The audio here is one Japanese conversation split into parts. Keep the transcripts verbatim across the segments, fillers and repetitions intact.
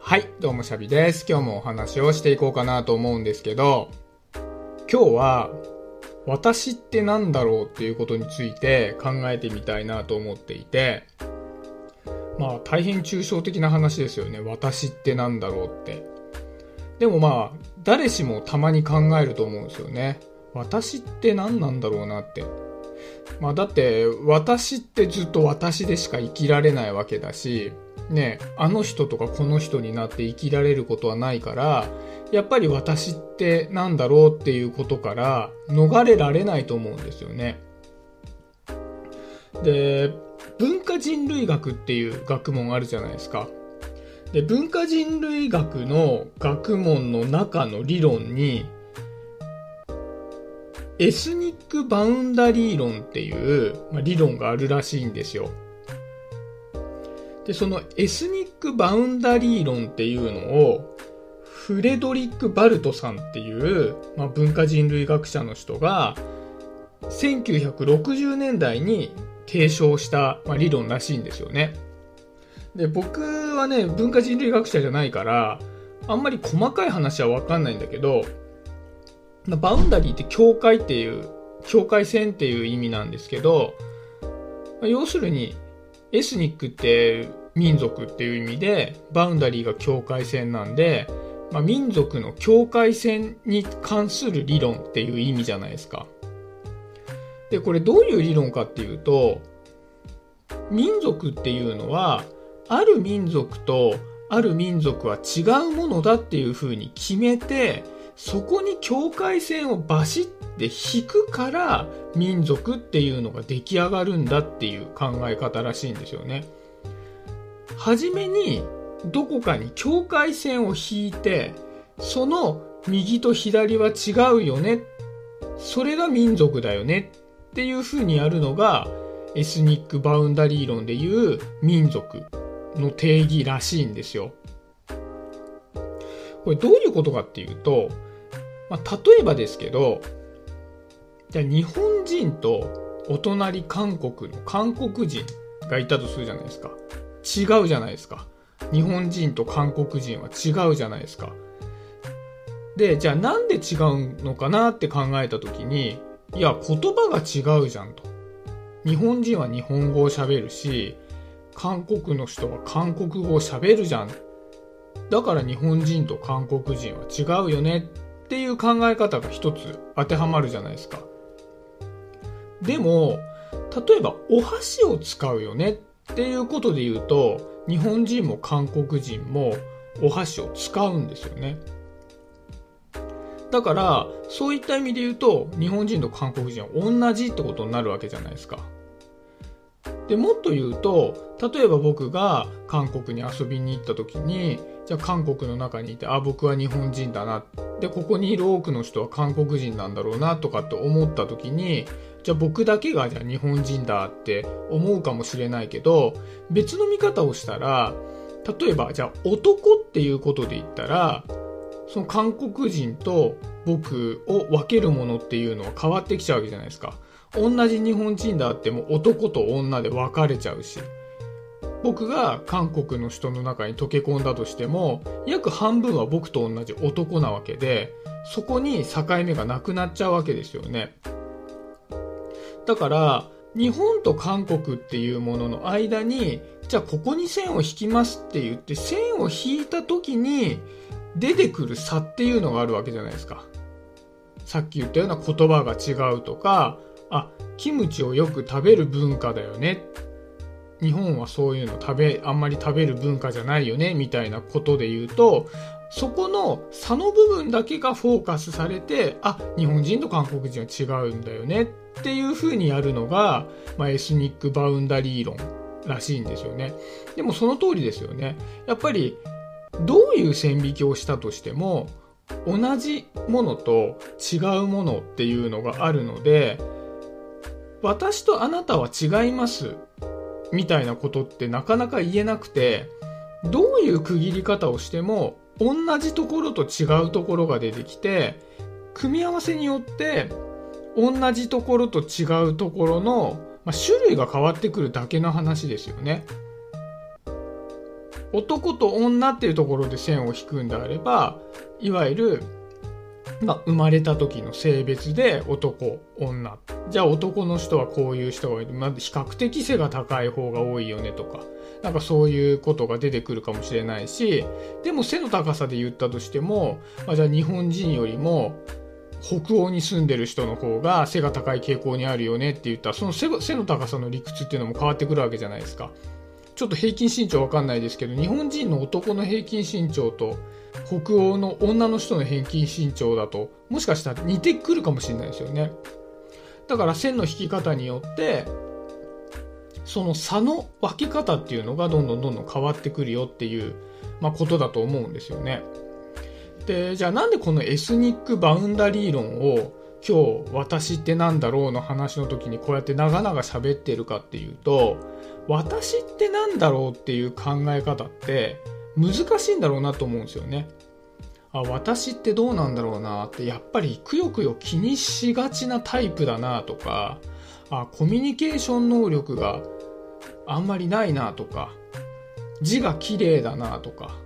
はい、どうもシャビです。今日もお話をしていこうかなと思うんですけど、今日は私ってなんだろうっていうことについて考えてみたいなと思っていて、まあ大変抽象的な話ですよね。私ってなんだろうって。でもまあ誰しもたまに考えると思うんですよね。私って何なんだろうなって。まあだって私ってずっと私でしか生きられないわけだし、ね、あの人とかこの人になって生きられることはないから、やっぱり私ってなんだろうっていうことから逃れられないと思うんですよね。で、文化人類学っていう学問あるじゃないですか。で、文化人類学の学問の中の理論にエスニックバウンダリー論っていう、まあ、理論があるらしいんですよ。で、そのエスニックバウンダリー論っていうのをフレドリック・バルトさんっていう、まあ、文化人類学者の人がせんきゅうひゃくろくじゅうねんだいに提唱した、まあ、理論らしいんですよね。で、僕はね、文化人類学者じゃないからあんまり細かい話は分かんないんだけど、バウンダリーって境界っていう境界線っていう意味なんですけど、要するにエスニックって民族っていう意味で、バウンダリーが境界線なんで、まあ、民族の境界線に関する理論っていう意味じゃないですか。で、これどういう理論かっていうと、民族っていうのはある民族とある民族は違うものだっていうふうに決めて、そこに境界線をバシッて引くから民族っていうのが出来上がるんだっていう考え方らしいんですよね。はじめにどこかに境界線を引いて、その右と左は違うよね、それが民族だよねっていう風にやるのがエスニックバウンダリー論でいう民族の定義らしいんですよ。これどういうことかっていうと、まあ、例えばですけど、じゃあ日本人とお隣韓国の韓国人がいたとするじゃないですか。違うじゃないですか。日本人と韓国人は違うじゃないですか。で、じゃあなんで違うのかなって考えたときに、いや、言葉が違うじゃんと。日本人は日本語を喋るし、韓国の人は韓国語を喋るじゃん。だから日本人と韓国人は違うよねっていう考え方が一つ当てはまるじゃないですか。でも、例えばお箸を使うよねっていうことで言うと、日本人も韓国人もお箸を使うんですよね。だからそういった意味で言うと、日本人と韓国人は同じってことになるわけじゃないですか。で、もっと言うと、例えば僕が韓国に遊びに行った時に、じゃあ韓国の中にいて、あ、僕は日本人だな。で、ここにいる多くの人は韓国人なんだろうなとかって思った時に、じゃあ僕だけがじゃあ日本人だって思うかもしれないけど、別の見方をしたら、例えばじゃあ男っていうことで言ったら、その韓国人と僕を分けるものっていうのは変わってきちゃうわけじゃないですか。同じ日本人だっても男と女で分かれちゃうし、僕が韓国の人の中に溶け込んだとしても、約半分は僕と同じ男なわけで、そこに境目がなくなっちゃうわけですよね。だから日本と韓国っていうものの間に、じゃあここに線を引きますって言って線を引いた時に出てくる差っていうのがあるわけじゃないですか。さっき言ったような言葉が違うとか、あ、キムチをよく食べる文化だよね、日本はそういうの食べあんまり食べる文化じゃないよねみたいなことで言うと、そこの差の部分だけがフォーカスされて、あ、日本人と韓国人は違うんだよねっていう風にやるのが、まあ、エスニックバウンダリー論らしいんですよね。でもその通りですよね。やっぱりどういう線引きをしたとしても、同じものと違うものっていうのがあるので、私とあなたは違いますみたいなことってなかなか言えなくて、どういう区切り方をしても同じところと違うところが出てきて、組み合わせによって同じところと違うところの、まあ、種類が変わってくるだけの話ですよね。 男と女っていうところで線を引くんであれば、いわゆる、まあ、生まれた時の性別で男、女。じゃあ男の人はこういう人がいる。まあ、比較的背が高い方が多いよねとか。なんかそういうことが出てくるかもしれないし、でも背の高さで言ったとしても、まあ、じゃあ日本人よりも北欧に住んでる人の方が背が高い傾向にあるよねって言ったら、その背の高さの理屈っていうのも変わってくるわけじゃないですか。ちょっと平均身長わかんないですけど、日本人の男の平均身長と北欧の女の人の平均身長だともしかしたら似てくるかもしれないですよね。だから線の引き方によってその差の分け方っていうのがどんどんどんどん変わってくるよっていう、まあ、ことだと思うんですよね。で、じゃあなんでこのエスニックバウンダリー論を今日私ってなんだろうの話の時にこうやって長々喋ってるかっていうと、私ってなんだろうっていう考え方って難しいんだろうなと思うんですよね。あ、私ってどうなんだろうなって、やっぱりくよくよ気にしがちなタイプだなとか、あ、コミュニケーション能力があんまりないなとか、字が綺麗だなとか、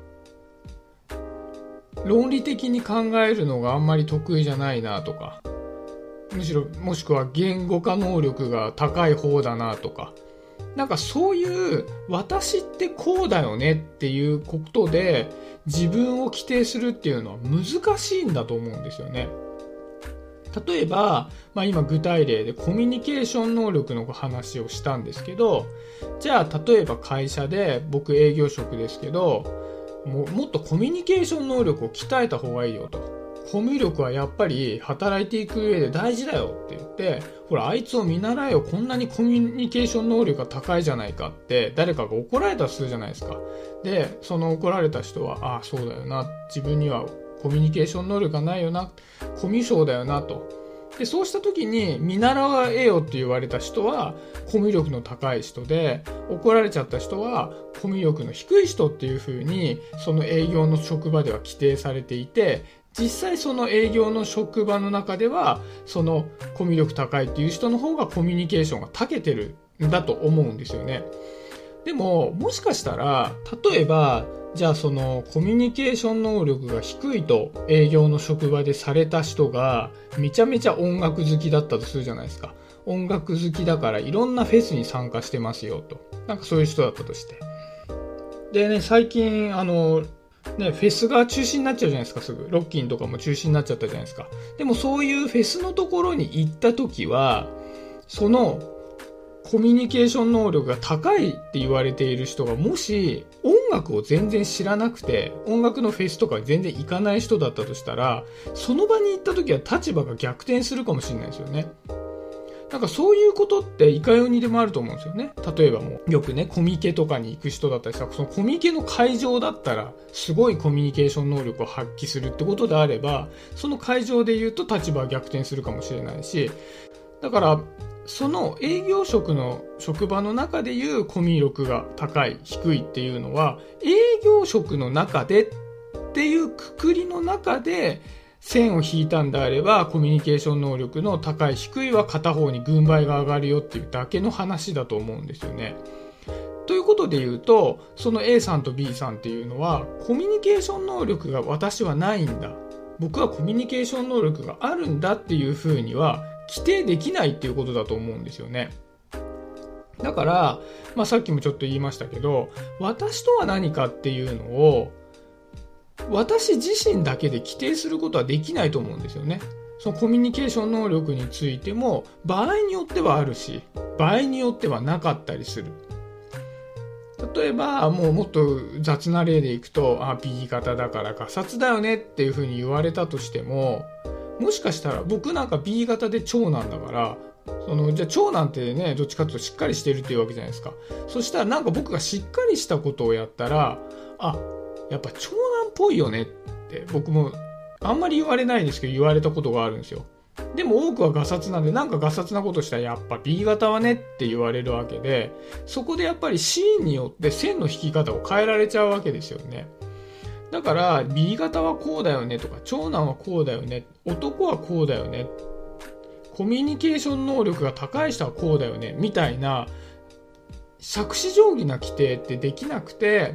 論理的に考えるのがあんまり得意じゃないなとか、むしろもしくは言語化能力が高い方だなとか、なんかそういう私ってこうだよねっていうことで自分を規定するっていうのは難しいんだと思うんですよね。例えば、まあ、今具体例でコミュニケーション能力の話をしたんですけど、じゃあ例えば会社で僕営業職ですけど、も, もっとコミュニケーション能力を鍛えた方がいいよと。コミュ力はやっぱり働いていく上で大事だよって言って、ほらあいつを見習えよ、こんなにコミュニケーション能力が高いじゃないかって誰かが怒られたとするじゃないですか。で、その怒られた人は、ああそうだよな、自分にはコミュニケーション能力がないよな、コミュ障だよなと。で、そうした時に見習えよって言われた人はコミュ力の高い人で、怒られちゃった人はコミュ力の低い人っていう風にその営業の職場では規定されていて、実際その営業の職場の中ではそのコミュ力高いっていう人の方がコミュニケーションが長けてるんだと思うんですよね。でももしかしたら、例えばじゃあそのコミュニケーション能力が低いと営業の職場でされた人がめちゃめちゃ音楽好きだったとするじゃないですか。音楽好きだからいろんなフェスに参加してますよと。なんかそういう人だったとして。でね、最近あのね、フェスが中止になっちゃうじゃないですか、すぐ。ロッキンとかも中止になっちゃったじゃないですか。でもそういうフェスのところに行った時は、そのコミュニケーション能力が高いって言われている人がもし音楽を全然知らなくて、音楽のフェスとか全然行かない人だったとしたら、その場に行った時は立場が逆転するかもしれないですよね。なんかそういうことっていかようにでもあると思うんですよね。例えばもうよくね、コミケとかに行く人だったりさ、そのコミケの会場だったらすごいコミュニケーション能力を発揮するってことであれば、その会場で言うと立場は逆転するかもしれないし、だからその営業職の職場の中でいうコミュ力が高い低いっていうのは、営業職の中でっていうくくりの中で線を引いたんであれば、コミュニケーション能力の高い低いは片方に軍配が上がるよっていうだけの話だと思うんですよね。ということで言うと、その A さんと B さんっていうのはコミュニケーション能力が私はないんだ、僕はコミュニケーション能力があるんだっていうふうには規定できないっていうことだと思うんですよね。だから、まあ、さっきもちょっと言いましたけど、私とは何かっていうのを私自身だけで規定することはできないと思うんですよね。そのコミュニケーション能力についても場合によってはあるし、場合によってはなかったりする。例えばもうもっと雑な例でいくと、あ、B 型だからガサツだよねっていうふうに言われたとしても、もしかしたら僕なんか B 型で長男だから、そのじゃあ長男ってね、どっちかというとしっかりしてるっていうわけじゃないですか。そしたらなんか僕がしっかりしたことをやったら、あ、やっぱ長男っぽいよねって僕もあんまり言われないですけど言われたことがあるんですよ。でも多くはガサツなんで、なんかガサツなことしたらやっぱ B 型はねって言われるわけで、そこでやっぱりシーンによって線の引き方を変えられちゃうわけですよね。だから B 型はこうだよねとか、長男はこうだよね、男はこうだよね、コミュニケーション能力が高い人はこうだよねみたいな杓子定規な規定ってできなくて、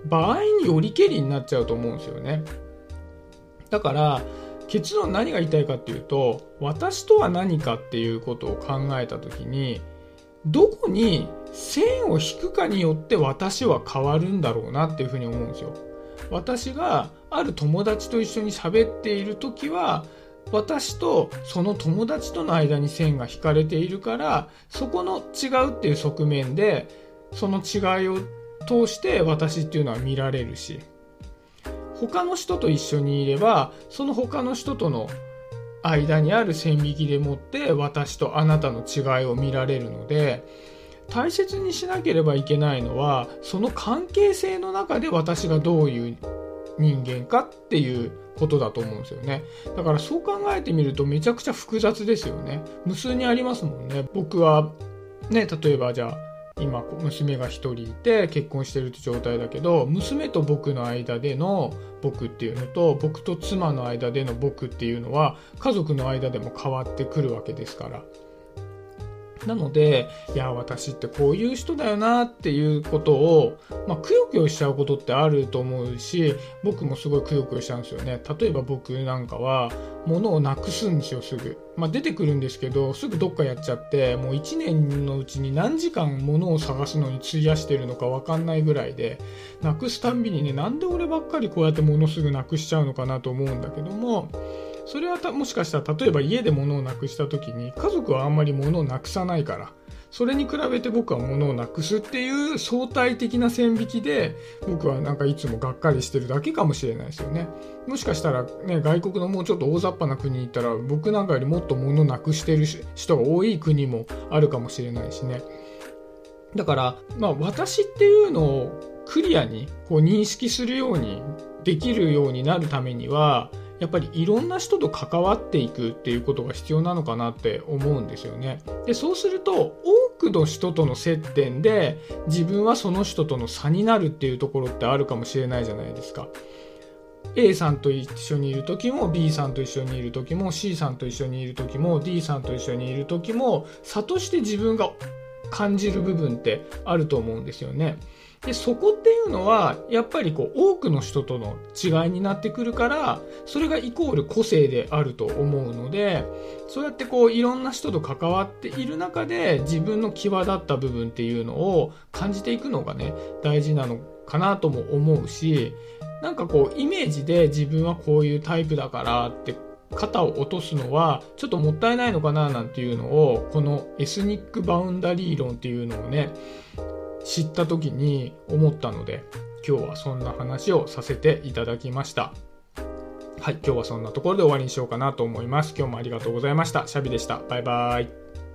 場合によりけりになっちゃうと思うんですよね。だから結論何が言いたいかっていうと、私とは何かっていうことを考えたときに、どこに線を引くかによって私は変わるんだろうなっていうふうに思うんですよ。私がある友達と一緒に喋っているときは、私とその友達との間に線が引かれているから、そこの違うっていう側面でその違いを通して私っていうのは見られるし、他の人と一緒にいればその他の人との間にある線引きでもって私とあなたの違いを見られるので、大切にしなければいけないのはその関係性の中で私がどういう人間かっていうことだと思うんですよね。だからそう考えてみるとめちゃくちゃ複雑ですよね。無数にありますもんね。僕はね、例えばじゃあ今娘が一人いて結婚してるって状態だけど、娘と僕の間での僕っていうのと僕と妻の間での僕っていうのは家族の間でも変わってくるわけですから。なので、いや私ってこういう人だよなっていうことを、まあ、くよくよしちゃうことってあると思うし、僕もすごいくよくよしちゃうんですよね。例えば僕なんかは物をなくすんですよ、すぐ。まあ、出てくるんですけどすぐどっかやっちゃって、もういちねんのうちに何時間物を探すのに費やしてるのか分かんないぐらいで、なくすたんびにね、なんで俺ばっかりこうやって物すぐなくしちゃうのかなと思うんだけども、それはたもしかしたら例えば家で物をなくした時に家族はあんまり物をなくさないから、それに比べて僕は物をなくすっていう相対的な線引きで僕はなんかいつもがっかりしてるだけかもしれないですよね。もしかしたらね、外国のもうちょっと大雑把な国に行ったら僕なんかよりもっと物をなくしてる人が多い国もあるかもしれないしね。だからまあ私っていうのをクリアにこう認識するようにできるようになるためには、やっぱりいろんな人と関わっていくっていうことが必要なのかなって思うんですよね。で、そうすると多くの人との接点で自分はその人との差になるっていうところってあるかもしれないじゃないですか。A さんと一緒にいる時も B さんと一緒にいる時も C さんと一緒にいる時も D さんと一緒にいる時も差として自分が感じる部分ってあると思うんですよね。で、そこっていうのはやっぱりこう多くの人との違いになってくるから、それがイコール個性であると思うので、そうやってこういろんな人と関わっている中で自分の際立った部分っていうのを感じていくのがね、大事なのかなとも思うし、なんかこうイメージで自分はこういうタイプだからって肩を落とすのはちょっともったいないのかななんていうのを、このエスニックバウンダリー論っていうのをね知った時に思ったので、今日はそんな話をさせていただきました。はい、今日はそんなところで終わりにしようかなと思います。今日もありがとうございました。シャビでした。バイバイ。